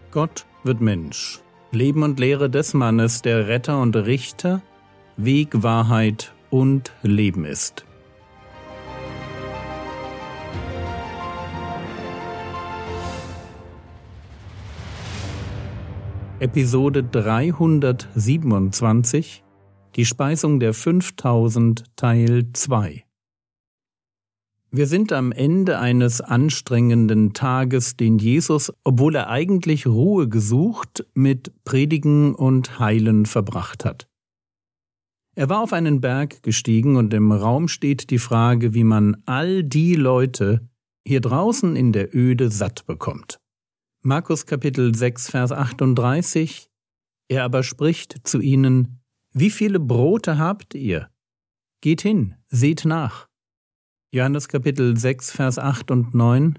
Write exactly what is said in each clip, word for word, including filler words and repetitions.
Gott wird Mensch. Leben und Lehre des Mannes, der Retter und Richter, Weg, Wahrheit und Leben ist. Episode dreihundertsiebenundzwanzig, die Speisung der fünftausend, Teil zwei. Wir sind am Ende eines anstrengenden Tages, den Jesus, obwohl er eigentlich Ruhe gesucht, mit Predigen und Heilen verbracht hat. Er war auf einen Berg gestiegen und im Raum steht die Frage, wie man all die Leute hier draußen in der Öde satt bekommt. Markus Kapitel sechs, Vers achtunddreißig, er aber spricht zu ihnen, wie viele Brote habt ihr? Geht hin, seht nach. Johannes Kapitel sechs, Vers acht und neun.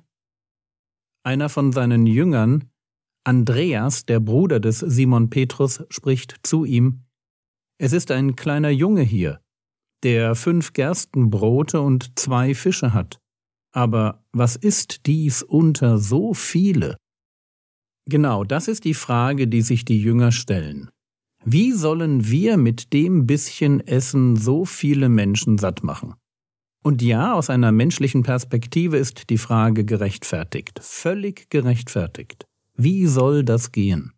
Einer von seinen Jüngern, Andreas, der Bruder des Simon Petrus, spricht zu ihm, es ist ein kleiner Junge hier, der fünf Gerstenbrote und zwei Fische hat. Aber was ist dies unter so viele? Genau, das ist die Frage, die sich die Jünger stellen. Wie sollen wir mit dem bisschen Essen so viele Menschen satt machen? Und ja, aus einer menschlichen Perspektive ist die Frage gerechtfertigt, völlig gerechtfertigt. Wie soll das gehen?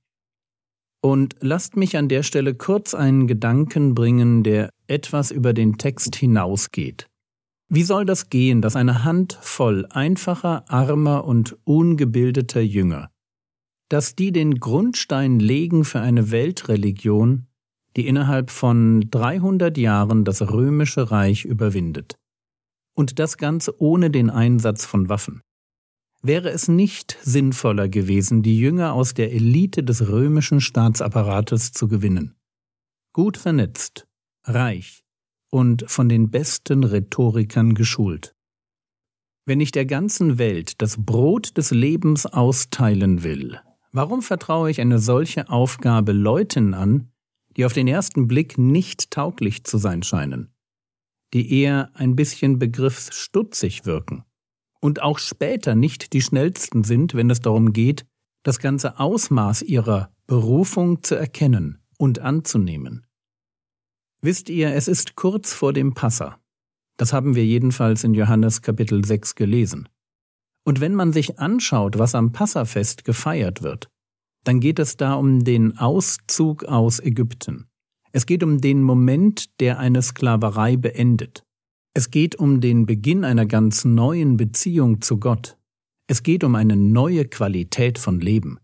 Und lasst mich an der Stelle kurz einen Gedanken bringen, der etwas über den Text hinausgeht. Wie soll das gehen, dass eine Handvoll einfacher, armer und ungebildeter Jünger, dass die den Grundstein legen für eine Weltreligion, die innerhalb von dreihundert Jahren das römische Reich überwindet? Und das Ganze ohne den Einsatz von Waffen. Wäre es nicht sinnvoller gewesen, die Jünger aus der Elite des römischen Staatsapparates zu gewinnen? Gut vernetzt, reich und von den besten Rhetorikern geschult. Wenn ich der ganzen Welt das Brot des Lebens austeilen will, warum vertraue ich eine solche Aufgabe Leuten an, die auf den ersten Blick nicht tauglich zu sein scheinen, die eher ein bisschen begriffsstutzig wirken und auch später nicht die schnellsten sind, wenn es darum geht, das ganze Ausmaß ihrer Berufung zu erkennen und anzunehmen. Wisst ihr, es ist kurz vor dem Passa. Das haben wir jedenfalls in Johannes Kapitel sechs gelesen. Und wenn man sich anschaut, was am Passafest gefeiert wird, dann geht es da um den Auszug aus Ägypten. Es geht um den Moment, der eine Sklaverei beendet. Es geht um den Beginn einer ganz neuen Beziehung zu Gott. Es geht um eine neue Qualität von Leben.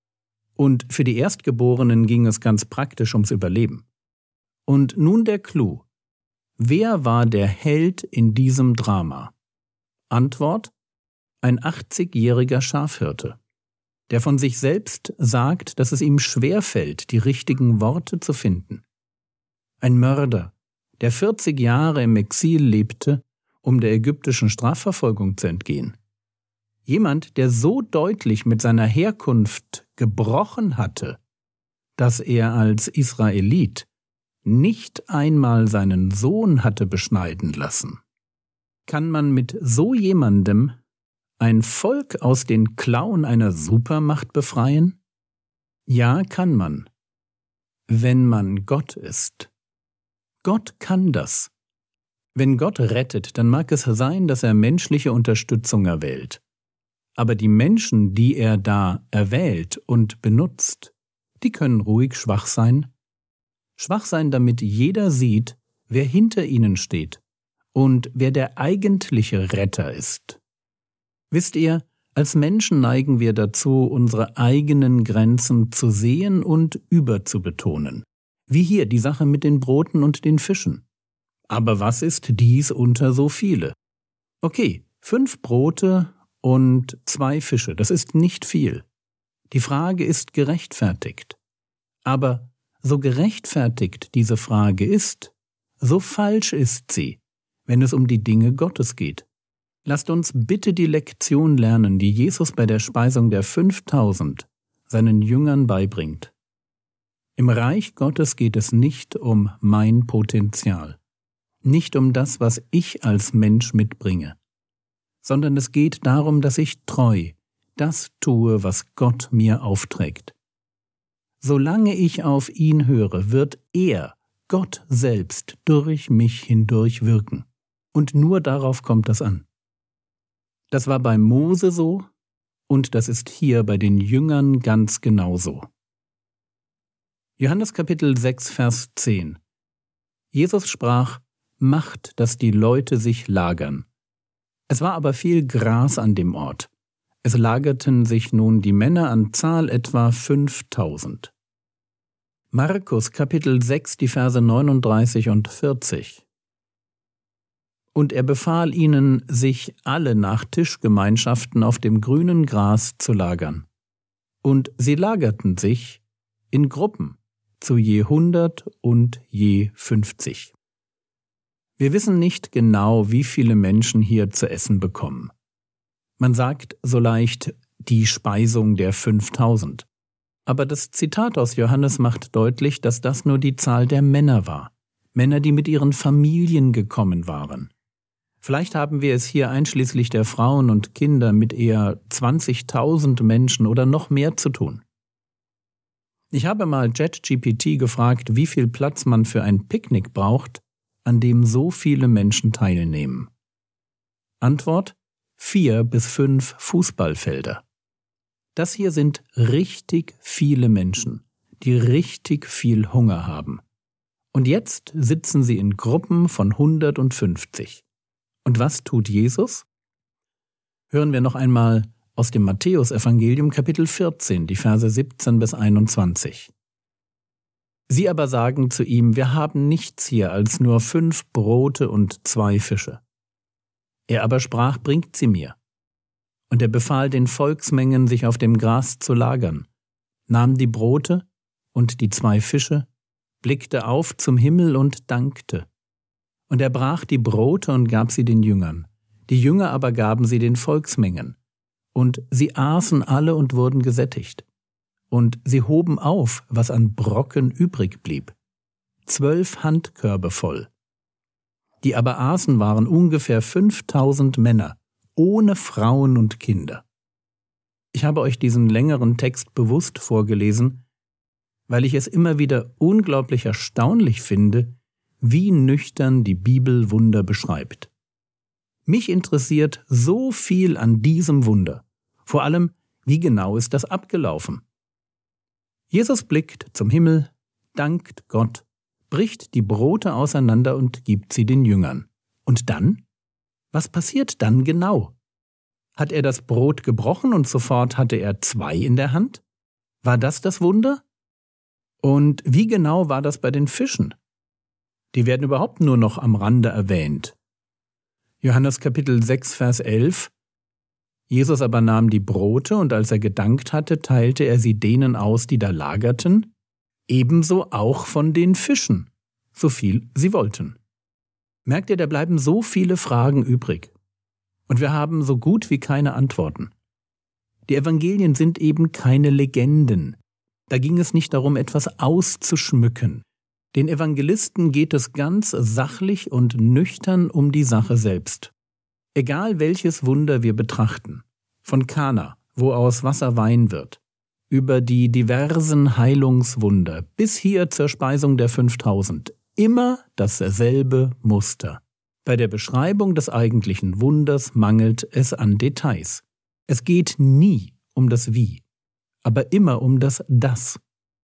Und für die Erstgeborenen ging es ganz praktisch ums Überleben. Und nun der Clou. Wer war der Held in diesem Drama? Antwort: ein achtzigjähriger Schafhirte, der von sich selbst sagt, dass es ihm schwerfällt, die richtigen Worte zu finden. Ein Mörder, der vierzig Jahre im Exil lebte, um der ägyptischen Strafverfolgung zu entgehen. Jemand, der so deutlich mit seiner Herkunft gebrochen hatte, dass er als Israelit nicht einmal seinen Sohn hatte beschneiden lassen. Kann man mit so jemandem ein Volk aus den Klauen einer Supermacht befreien? Ja, kann man, wenn man Gott ist. Gott kann das. Wenn Gott rettet, dann mag es sein, dass er menschliche Unterstützung erwählt. Aber die Menschen, die er da erwählt und benutzt, die können ruhig schwach sein. Schwach sein, damit jeder sieht, wer hinter ihnen steht und wer der eigentliche Retter ist. Wisst ihr, als Menschen neigen wir dazu, unsere eigenen Grenzen zu sehen und überzubetonen. Wie hier die Sache mit den Broten und den Fischen. Aber was ist dies unter so viele? Okay, fünf Brote und zwei Fische, das ist nicht viel. Die Frage ist gerechtfertigt. Aber so gerechtfertigt diese Frage ist, so falsch ist sie, wenn es um die Dinge Gottes geht. Lasst uns bitte die Lektion lernen, die Jesus bei der Speisung der fünftausend seinen Jüngern beibringt. Im Reich Gottes geht es nicht um mein Potenzial, nicht um das, was ich als Mensch mitbringe, sondern es geht darum, dass ich treu, das tue, was Gott mir aufträgt. Solange ich auf ihn höre, wird er, Gott selbst, durch mich hindurch wirken. Und nur darauf kommt das an. Das war bei Mose so und das ist hier bei den Jüngern ganz genauso. Johannes Kapitel sechs, Vers zehn. Jesus sprach: Macht, dass die Leute sich lagern. Es war aber viel Gras an dem Ort. Es lagerten sich nun die Männer an Zahl etwa fünftausend. Markus Kapitel sechs, die Verse neununddreißig und vierzig. Und er befahl ihnen, sich alle nach Tischgemeinschaften auf dem grünen Gras zu lagern. Und sie lagerten sich in Gruppen, zu je hundert und je fünfzig. Wir wissen nicht genau, wie viele Menschen hier zu essen bekommen. Man sagt so leicht die Speisung der fünftausend. Aber das Zitat aus Johannes macht deutlich, dass das nur die Zahl der Männer war. Männer, die mit ihren Familien gekommen waren. Vielleicht haben wir es hier einschließlich der Frauen und Kinder mit eher zwanzigtausend Menschen oder noch mehr zu tun. Ich habe mal ChatGPT gefragt, wie viel Platz man für ein Picknick braucht, an dem so viele Menschen teilnehmen. Antwort: vier bis fünf Fußballfelder. Das hier sind richtig viele Menschen, die richtig viel Hunger haben. Und jetzt sitzen sie in Gruppen von hundertfünfzig. Und was tut Jesus? Hören wir noch einmal aus dem Matthäusevangelium Kapitel vierzehn, die Verse siebzehn bis einundzwanzig. Sie aber sagen zu ihm: Wir haben nichts hier als nur fünf Brote und zwei Fische. Er aber sprach: Bringt sie mir. Und er befahl den Volksmengen, sich auf dem Gras zu lagern, nahm die Brote und die zwei Fische, blickte auf zum Himmel und dankte. Und er brach die Brote und gab sie den Jüngern. Die Jünger aber gaben sie den Volksmengen. Und sie aßen alle und wurden gesättigt. Und sie hoben auf, was an Brocken übrig blieb. Zwölf Handkörbe voll. Die aber aßen, waren ungefähr fünftausend Männer, ohne Frauen und Kinder. Ich habe euch diesen längeren Text bewusst vorgelesen, weil ich es immer wieder unglaublich erstaunlich finde, wie nüchtern die Bibel Wunder beschreibt. Mich interessiert so viel an diesem Wunder. Vor allem, wie genau ist das abgelaufen? Jesus blickt zum Himmel, dankt Gott, bricht die Brote auseinander und gibt sie den Jüngern. Und dann? Was passiert dann genau? Hat er das Brot gebrochen und sofort hatte er zwei in der Hand? War das das Wunder? Und wie genau war das bei den Fischen? Die werden überhaupt nur noch am Rande erwähnt. Johannes Kapitel sechs, Vers elf. Jesus aber nahm die Brote, und als er gedankt hatte, teilte er sie denen aus, die da lagerten, ebenso auch von den Fischen, so viel sie wollten. Merkt ihr, da bleiben so viele Fragen übrig. Und wir haben so gut wie keine Antworten. Die Evangelien sind eben keine Legenden. Da ging es nicht darum, etwas auszuschmücken. Den Evangelisten geht es ganz sachlich und nüchtern um die Sache selbst. Egal welches Wunder wir betrachten, von Kana, wo aus Wasser Wein wird, über die diversen Heilungswunder bis hier zur Speisung der fünftausend, immer dasselbe Muster. Bei der Beschreibung des eigentlichen Wunders mangelt es an Details. Es geht nie um das Wie, aber immer um das Das.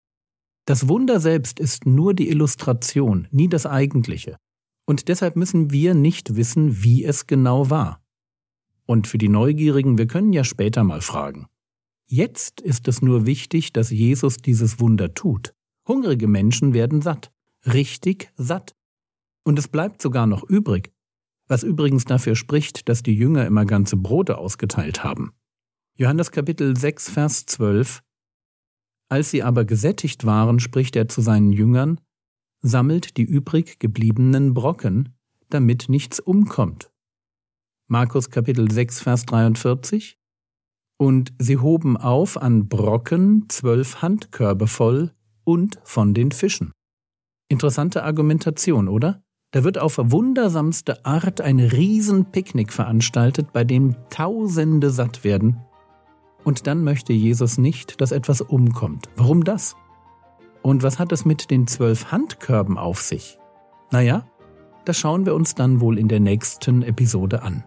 Das Wunder selbst ist nur die Illustration, nie das Eigentliche. Und deshalb müssen wir nicht wissen, wie es genau war. Und für die Neugierigen, wir können ja später mal fragen. Jetzt ist es nur wichtig, dass Jesus dieses Wunder tut. Hungrige Menschen werden satt, richtig satt. Und es bleibt sogar noch übrig, was übrigens dafür spricht, dass die Jünger immer ganze Brote ausgeteilt haben. Johannes Kapitel sechs, Vers zwölf. Als sie aber gesättigt waren, spricht er zu seinen Jüngern: Sammelt die übrig gebliebenen Brocken, damit nichts umkommt. Markus Kapitel sechs, Vers dreiundvierzig. Und sie hoben auf an Brocken zwölf Handkörbe voll und von den Fischen. Interessante Argumentation, oder? Da wird auf wundersamste Art ein Riesenpicknick veranstaltet, bei dem Tausende satt werden. Und dann möchte Jesus nicht, dass etwas umkommt. Warum das? Und was hat es mit den zwölf Handkörben auf sich? Naja, das schauen wir uns dann wohl in der nächsten Episode an.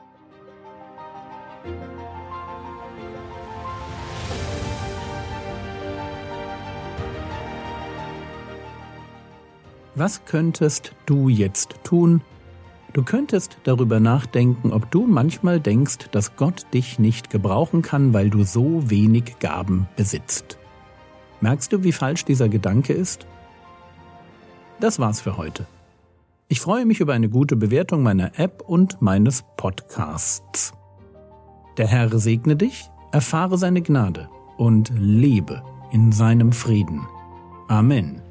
Was könntest du jetzt tun? Du könntest darüber nachdenken, ob du manchmal denkst, dass Gott dich nicht gebrauchen kann, weil du so wenig Gaben besitzt. Merkst du, wie falsch dieser Gedanke ist? Das war's für heute. Ich freue mich über eine gute Bewertung meiner App und meines Podcasts. Der Herr segne dich, erfahre seine Gnade und lebe in seinem Frieden. Amen.